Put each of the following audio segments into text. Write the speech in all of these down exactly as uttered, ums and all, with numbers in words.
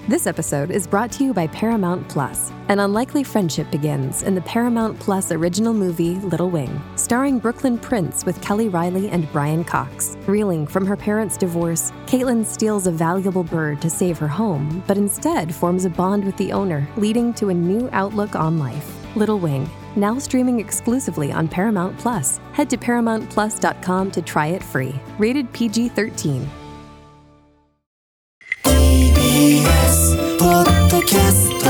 This episode is brought to you by Paramount Plus. An unlikely friendship begins in the Paramount Plus original movie Little Wing, starring Brooklyn Prince with Kelly Riley and Brian Cox. Reeling from her parents' divorce, Caitlin steals a valuable bird to save her home, but instead forms a bond with the owner, leading to a new outlook on life. Little Wing, now streaming exclusively on Paramount Plus. Head to paramount plus dot com to try it free. Ratedピージーサーティーン。 ティービーエス ポッドキャスト。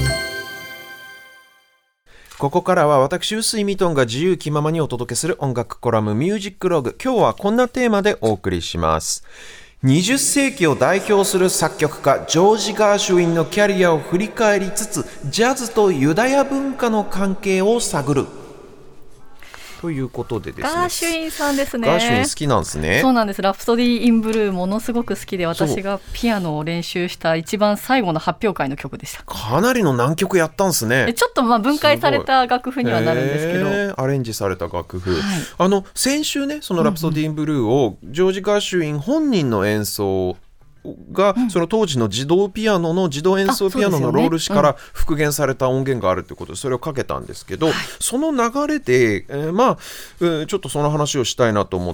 ここからは私臼井ミトンが自由気ままにお届けする音楽コラムミュージックログ。今日はこんなテーマでお送りします。にじゅっ世紀を代表する作曲家ジョージ・ガーシュウィンのキャリアを振り返りつつ、ジャズとユダヤ文化の関係を探るということでですね。 ガーシュウィンさんですね。 ガーシュウィン好きなんですね。 そうなんです。ラプソディー・イン・ブルーものすごく好きで、私がピアノを練習した一番最後の発表会の曲でした。 かなりの難曲やったんですね。 ちょっとまあ分解された楽譜にはなるんですけど、 アレンジされた楽譜、 はい、 あの先週ね、そのラプソディー・イン・ブルーをジョージ・ガーシュウィン本人の演奏が、うん、その当時の自動ピアノの自動演奏ピアノのロール紙から復元された音源があるということで、それをかけたんですけど、はい、その流れで、えー、まあ、えー、ちょっとその話をしたいなと思って、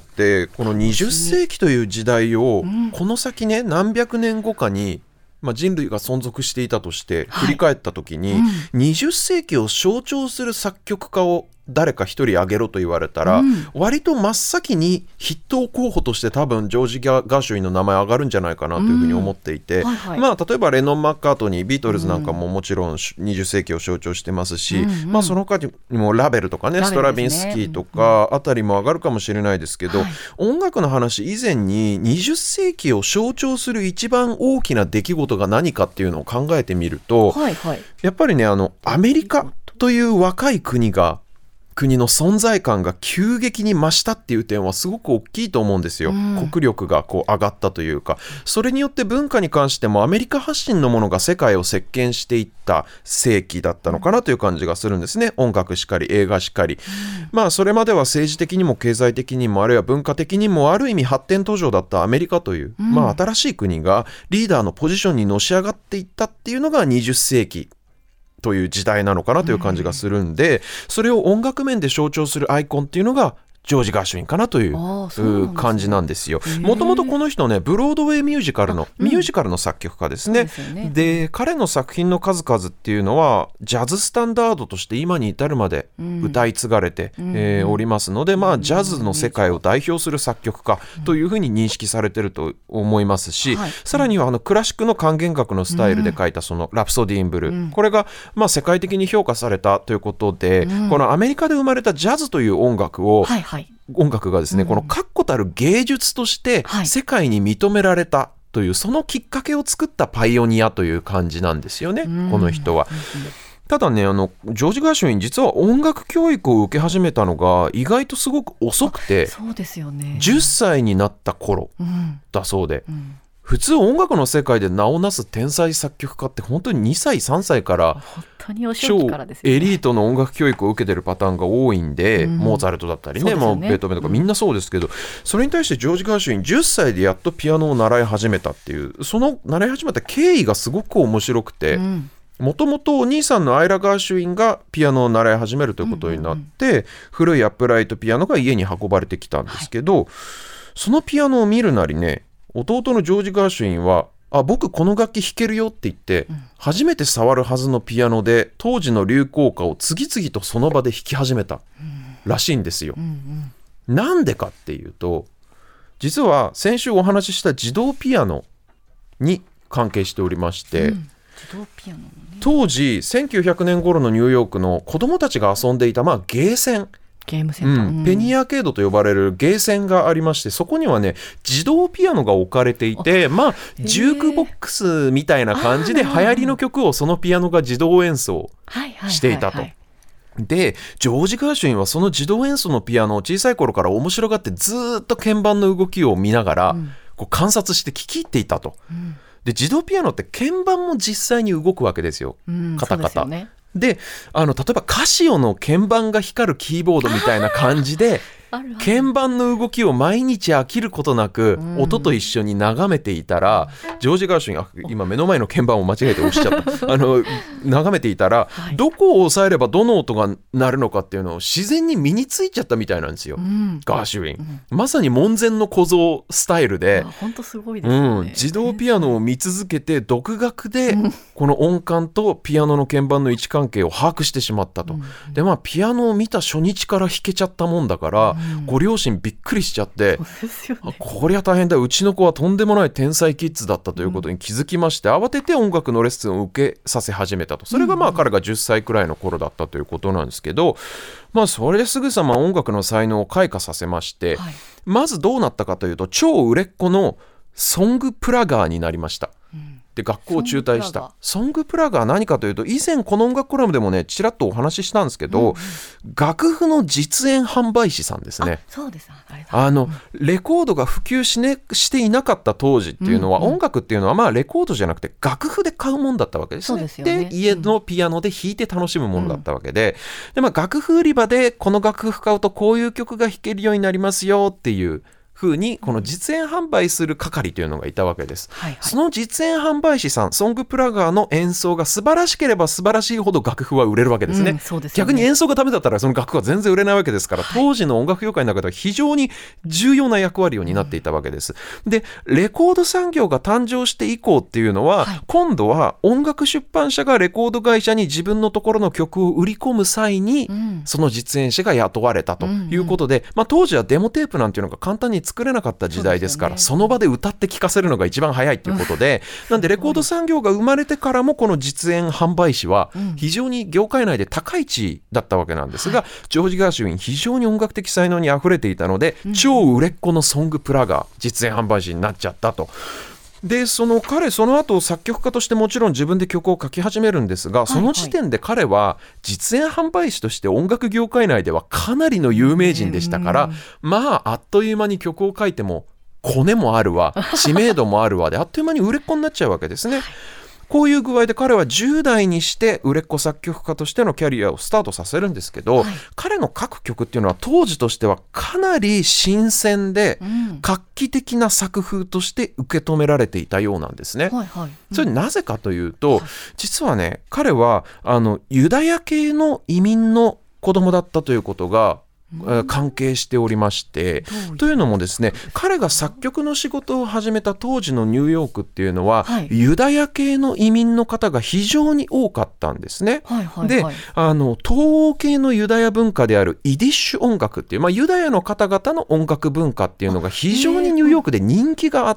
このにじゅっ世紀という時代を、うん、この先ね何百年後かに、まあ、人類が存続していたとして振り返った時に、はい、うん、にじゅっ世紀を象徴する作曲家を誰か一人挙げろと言われたら、うん、割と真っ先に筆頭候補として多分ジョージ・ガーシュウィンの名前上がるんじゃないかなというふうに思っていて、うん、はいはい、まあ、例えばレノン・マッカートニー、ビートルズなんかももちろんにじゅっ世紀を象徴してますし、うんうん、まあ、その他にもラベルとかね、ストラビンスキーとかあたりも上がるかもしれないですけど、はい、音楽の話以前ににじゅっ世紀を象徴する一番大きな出来事が何かっていうのを考えてみると、はいはい、やっぱりね、あのアメリカという若い国が国の存在感が急激に増したっていう点はすごく大きいと思うんですよ、うん、国力がこう上がったというか、それによって文化に関してもアメリカ発信のものが世界を席巻していった世紀だったのかなという感じがするんですね。音楽しかり映画しかり、うん、まあそれまでは政治的にも経済的にもあるいは文化的にもある意味発展途上だったアメリカという、うん、まあ新しい国がリーダーのポジションにのし上がっていったっていうのがにじゅっ世紀という時代なのかなという感じがするんで、うん、それを音楽面で象徴するアイコンっていうのがジョージ・ガーシュウィンかなという感じなんですよ。もともとこの人ね、ブロードウェイミュージカルの、うん、ミュージカルの作曲家ですね。で、ね、で彼の作品の数々っていうのはジャズスタンダードとして今に至るまで歌い継がれて、うん、えー、おりますので、まあ、ジャズの世界を代表する作曲家というふうに認識されてると思いますし、うん、はい、さらにはあのクラシックの管弦楽のスタイルで書いたそのラプソディー・イン・ブルー、うん、これがまあ世界的に評価されたということで、うん、このアメリカで生まれたジャズという音楽を、はいはい、音楽がですね、うん、この確固たる芸術として世界に認められたという、はい、そのきっかけを作ったパイオニアという感じなんですよね、うん、この人は。ただね、あのジョージ・ガーシュウィン実は音楽教育を受け始めたのが意外とすごく遅くて、 そうですよね、 じゅっさいになった頃だそうで、うんうん、普通音楽の世界で名をなす天才作曲家って本当ににさいさんさいから超エリートの音楽教育を受けてるパターンが多いんで、うん、モーツァルトだったり ね, ねもうベートーベンとかみんなそうですけど、うん、それに対してジョージ・ガーシュウィンじゅっさいでやっとピアノを習い始めたっていう、その習い始めた経緯がすごく面白くて、もともとお兄さんのアイラ・ガーシュウィンがピアノを習い始めるということになって、うんうんうん、古いアップライトピアノが家に運ばれてきたんですけど、はい、そのピアノを見るなりね、弟のジョージ・ガーシュウィンはあ僕この楽器弾けるよって言って、うん、初めて触るはずのピアノで当時の流行歌を次々とその場で弾き始めたらしいんですよ、うんうん、なんでかっていうと、実は先週お話しした自動ピアノに関係しておりまして、うん、自動ピアノね、当時せんきゅうひゃくねん頃のニューヨークの子どもたちが遊んでいた、まあ、ゲーセンゲームセンター、 うん、ペニーアーケードと呼ばれるゲーセンがありまして、そこにはね自動ピアノが置かれていて、まあジュークボックスみたいな感じで流行りの曲をそのピアノが自動演奏していたと。でジョージ・ガーシュウィンはその自動演奏のピアノを小さい頃から面白がってずっと鍵盤の動きを見ながら、うん、こう観察して聞き入っていたと、うん、で自動ピアノって鍵盤も実際に動くわけですよ、うん、カタカタで、あの例えばカシオの鍵盤が光るキーボードみたいな感じで鍵盤の動きを毎日飽きることなく音と一緒に眺めていたら、ジョージ・ガーシュウィン、あ、今目の前の鍵盤を間違えて押しちゃったあの眺めていたら、はい、どこを押さえればどの音が鳴るのかっていうのを自然に身についちゃったみたいなんですよ、うん、ガーシュウィン、うん、まさに門前の小僧スタイルで、 本当すごいですね、うん、 自動ピアノを見続けて独学でこの音感とピアノの鍵盤の位置関係を把握してしまったと、うん、でまあピアノを見た初日から弾けちゃったもんだから、うん、ご両親びっくりしちゃって、 そうですよね、 こりゃ大変だ、うちの子はとんでもない天才キッズだったということに気づきまして、うん、慌てて音楽のレッスンを受けさせ始めたと。それがまあ彼がじゅっさいくらいの頃だったということなんですけど、まあそれですぐさま音楽の才能を開花させまして、はい、まずどうなったかというと、超売れっ子のソングプラガーになりました、うん、で学校を中退した。ソングプラガー何かというと、以前この音楽コラムでもねちらっとお話ししたんですけど、うんうん、楽譜の実演販売士さんですね。 あ、そうです、あれだ、 あの、うん、レコードが普及し、ね、していなかった当時っていうのは、うんうん、音楽っていうのはまあレコードじゃなくて楽譜で買うもんだったわけですね。 ですよね。 で家のピアノで弾いて楽しむものだったわけで、うん、で、まあ、楽譜売り場でこの楽譜買うとこういう曲が弾けるようになりますよっていう風にこの実演販売する係というのがいたわけです、はいはい、その実演販売士さん、ソングプラガーの演奏が素晴らしければ素晴らしいほど楽譜は売れるわけですね、うん、そうですよね。逆に演奏がダメだったらその楽譜は全然売れないわけですから、はい、当時の音楽業界の中では非常に重要な役割を担っていたわけです、うん、でレコード産業が誕生して以降っていうのは、はい、今度は音楽出版社がレコード会社に自分のところの曲を売り込む際に、うん、その実演師が雇われたということで、うんうん、まあ、当時はデモテープなんていうのが簡単に作れなかった時代ですから、 そ, ね、その場で歌って聴かせるのが一番早いということで、うん、なんでレコード産業が生まれてからもこの実演販売士は非常に業界内で高い地位だったわけなんですが、うん、ジョージ・ガーシュウィン非常に音楽的才能にあふれていたので、うん、超売れっ子のソングプラガー、実演販売士になっちゃったと。でその彼その後作曲家としてもちろん自分で曲を書き始めるんですが、その時点で彼は実演販売士として音楽業界内ではかなりの有名人でしたから、まああっという間に曲を書いてもコネもあるわ、知名度もあるわであっという間に売れっ子になっちゃうわけですね。こういう具合で彼はじゅう代にして売れっ子作曲家としてのキャリアをスタートさせるんですけど、はい、彼の書く曲っていうのは当時としてはかなり新鮮で画期的な作風として受け止められていたようなんですね、はいはい、うん、それなぜかというと、はい、実はね彼はあのユダヤ系の移民の子供だったということが関係しておりまして、というのもですね、彼が作曲の仕事を始めた当時のニューヨークっていうのは、はい、ユダヤ系の移民の方が非常に多かったんですね、はいはいはい、であの東欧系のユダヤ文化であるイディッシュ音楽っていう、まあ、ユダヤの方々の音楽文化っていうのが非常にニューヨークで人気があって、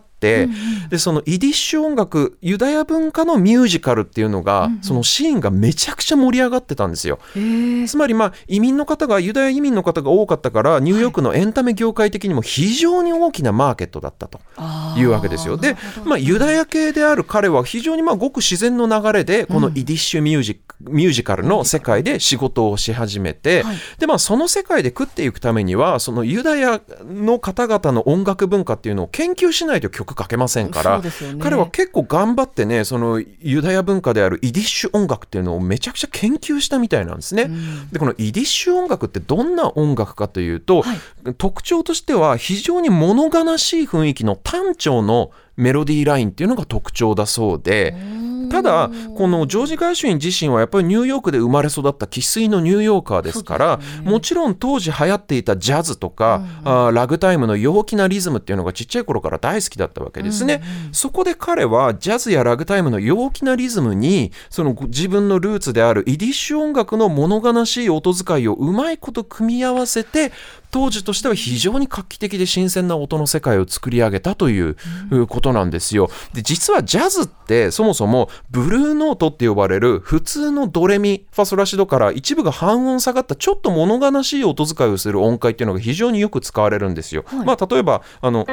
でそのイディッシュ音楽、ユダヤ文化のミュージカルっていうのが、うんうん、そのシーンがめちゃくちゃ盛り上がってたんですよ。つまり、まあ、移民の方がユダヤ移民の方がが多かったからニューヨークのエンタメ業界的にも非常に大きなマーケットだったというわけですよ。で、まあ、ユダヤ系である彼は非常にまあごく自然の流れでこのイディッシュミュージック、うん、ミュージカルの世界で仕事をし始めて、はい、でまあ、その世界で食っていくためにはそのユダヤの方々の音楽文化っていうのを研究しないと曲書けませんから、ね、彼は結構頑張ってね、そのユダヤ文化であるイディッシュ音楽っていうのをめちゃくちゃ研究したみたいなんですね、うん、でこのイディッシュ音楽ってどんな音楽かというと、はい、特徴としては非常に物悲しい雰囲気の単調のメロディーラインっていうのが特徴だそうで、ただこのジョージ・ガーシュウィン自身はやっぱりニューヨークで生まれ育った生粋のニューヨーカーですから、ね、もちろん当時流行っていたジャズとか、うんうん、あラグタイムの陽気なリズムっていうのがちっちゃい頃から大好きだったわけですね、うんうん、そこで彼はジャズやラグタイムの陽気なリズムにその自分のルーツであるイディッシュ音楽の物悲しい音遣いをうまいこと組み合わせて当時としては非常に画期的で新鮮な音の世界を作り上げたということなんですよ。で実はジャズってそもそもブルーノートって呼ばれる普通のドレミファソラシドから一部が半音下がったちょっと物悲しい音遣いをする音階っていうのが非常によく使われるんですよ、はい、まあ例えばあの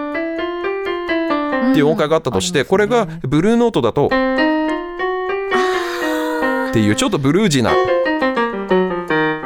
っていう音階があったとして、うん、これがブルーノートだとっていうちょっとブルージーな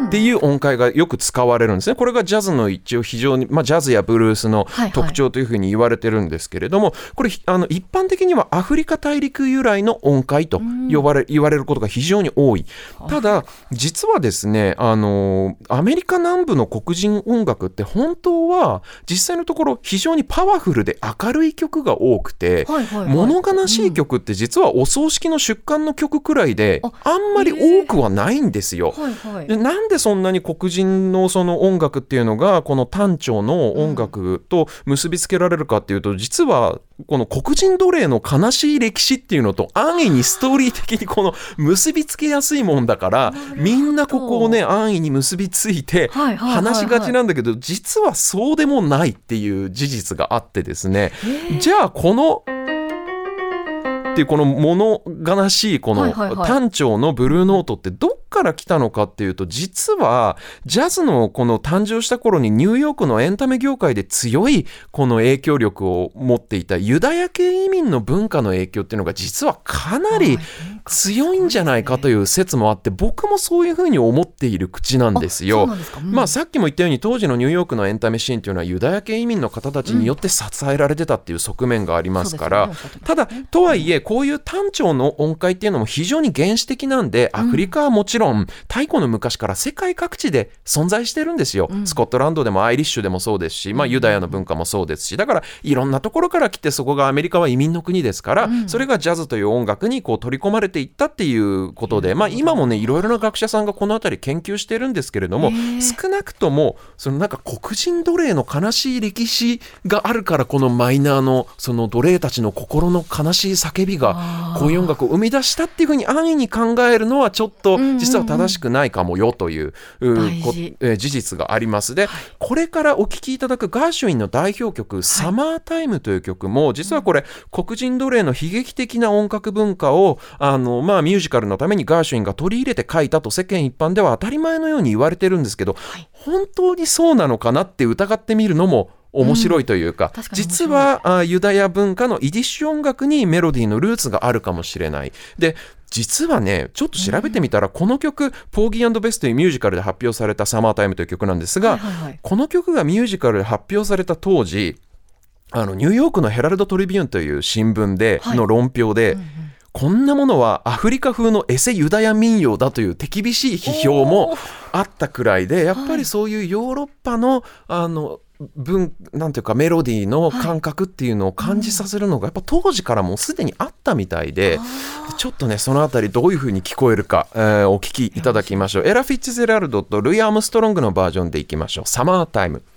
っていう音階がよく使われるんですね。これがジャズの一応非常に、まあ、ジャズやブルースの特徴というふうに言われてるんですけれども、はいはい、これあの一般的にはアフリカ大陸由来の音階と呼ばれ、言われることが非常に多い。ただ実はですね、あのアメリカ南部の黒人音楽って本当は実際のところ非常にパワフルで明るい曲が多くて、はいはいはい、物悲しい曲って実はお葬式の出棺の曲くらいであんまり多くはないんですよ、はいはい、でなんでそんなに黒人のその音楽っていうのがこの短調の音楽と結びつけられるかっていうと、実はこの黒人奴隷の悲しい歴史っていうのと安易にストーリー的にこの結びつけやすいもんだから、みんなここをね安易に結びついて話しがちなんだけど、実はそうでもないっていう事実があってですね、じゃあこのっていうこの物悲しいこの短調のブルーノートってどっから来たのかっていうと、実はジャズのこの誕生した頃にニューヨークのエンタメ業界で強いこの影響力を持っていたユダヤ系移民の文化の影響っていうのが実はかなり強いんじゃないかという説もあって、僕もそういうふうに思っている口なんですよ。まあさっきも言ったように当時のニューヨークのエンタメシーンっていうのはユダヤ系移民の方たちによって支えられてたっていう側面がありますから、ただとはいえこういう短調の音階っていうのも非常に原始的なんで、アフリカはもちろん太古の昔から世界各地で存在してるんですよ、うん、スコットランドでもアイリッシュでもそうですし、まあ、ユダヤの文化もそうですし、だからいろんなところから来て、そこがアメリカは移民の国ですから、うん、それがジャズという音楽にこう取り込まれていったっていうことで、まあ、今もねいろいろな学者さんがこのあたり研究してるんですけれども、少なくともそのなんか黒人奴隷の悲しい歴史があるから、このマイナーのその奴隷たちの心の悲しい叫びがこういう音楽を生み出したっていうふうに安易に考えるのはちょっと実は正しくないかもよという、うんうんうん、こえ事実があります。で、これからお聴きいただくガーシュウィンの代表曲、はい、サマータイムという曲も実はこれ、うん、黒人奴隷の悲劇的な音楽文化をあの、まあ、ミュージカルのためにガーシュウィンが取り入れて書いたと世間一般では当たり前のように言われてるんですけど、はい、本当にそうなのかなって疑ってみるのも面白いというか、うん、か実はあユダヤ文化のイディッシュ音楽にメロディーのルーツがあるかもしれない。で実はねちょっと調べてみたら、うん、この曲ポーギー&ベスというミュージカルで発表されたサマータイムという曲なんですが、はいはいはい、この曲がミュージカルで発表された当時、あのニューヨークのヘラルド・トリビューンという新聞での論評で、はいうんうん、こんなものはアフリカ風のエセユダヤ民謡だという手厳しい批評もあったくらいで、やっぱりそういうヨーロッパのあの文なんていうかメロディーの感覚っていうのを感じさせるのがやっぱ当時からもうすでにあったみたいで、ちょっとねそのあたりどういう風に聞こえるか、えー、お聞きいただきましょう。エラ・フィッツジェラルドとルイ・アームストロングのバージョンでいきましょう。サマータイム。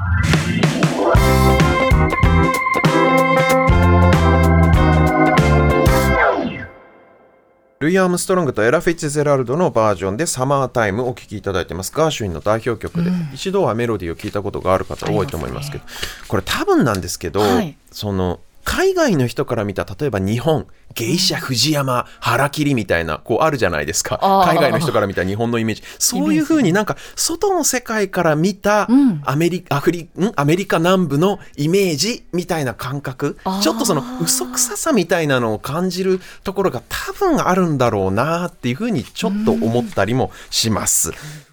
ルイ・アームストロングとエラ・フィッツジェラルドのバージョンでサマータイムをお聴きいただいてます。ガーシュウィンの代表曲で、うん、一度はメロディーを聞いたことがある方多いと思いますけど、これ多分なんですけど、はい、その海外の人から見た例えば日本芸者藤山腹切りみたいなこうあるじゃないですか。海外の人から見た日本のイメージ、そういう風になんか外の世界から見たアメリカ、アフリんアメリカ南部のイメージみたいな感覚、ちょっとその嘘くささみたいなのを感じるところが多分あるんだろうなっていう風にちょっと思ったりもします。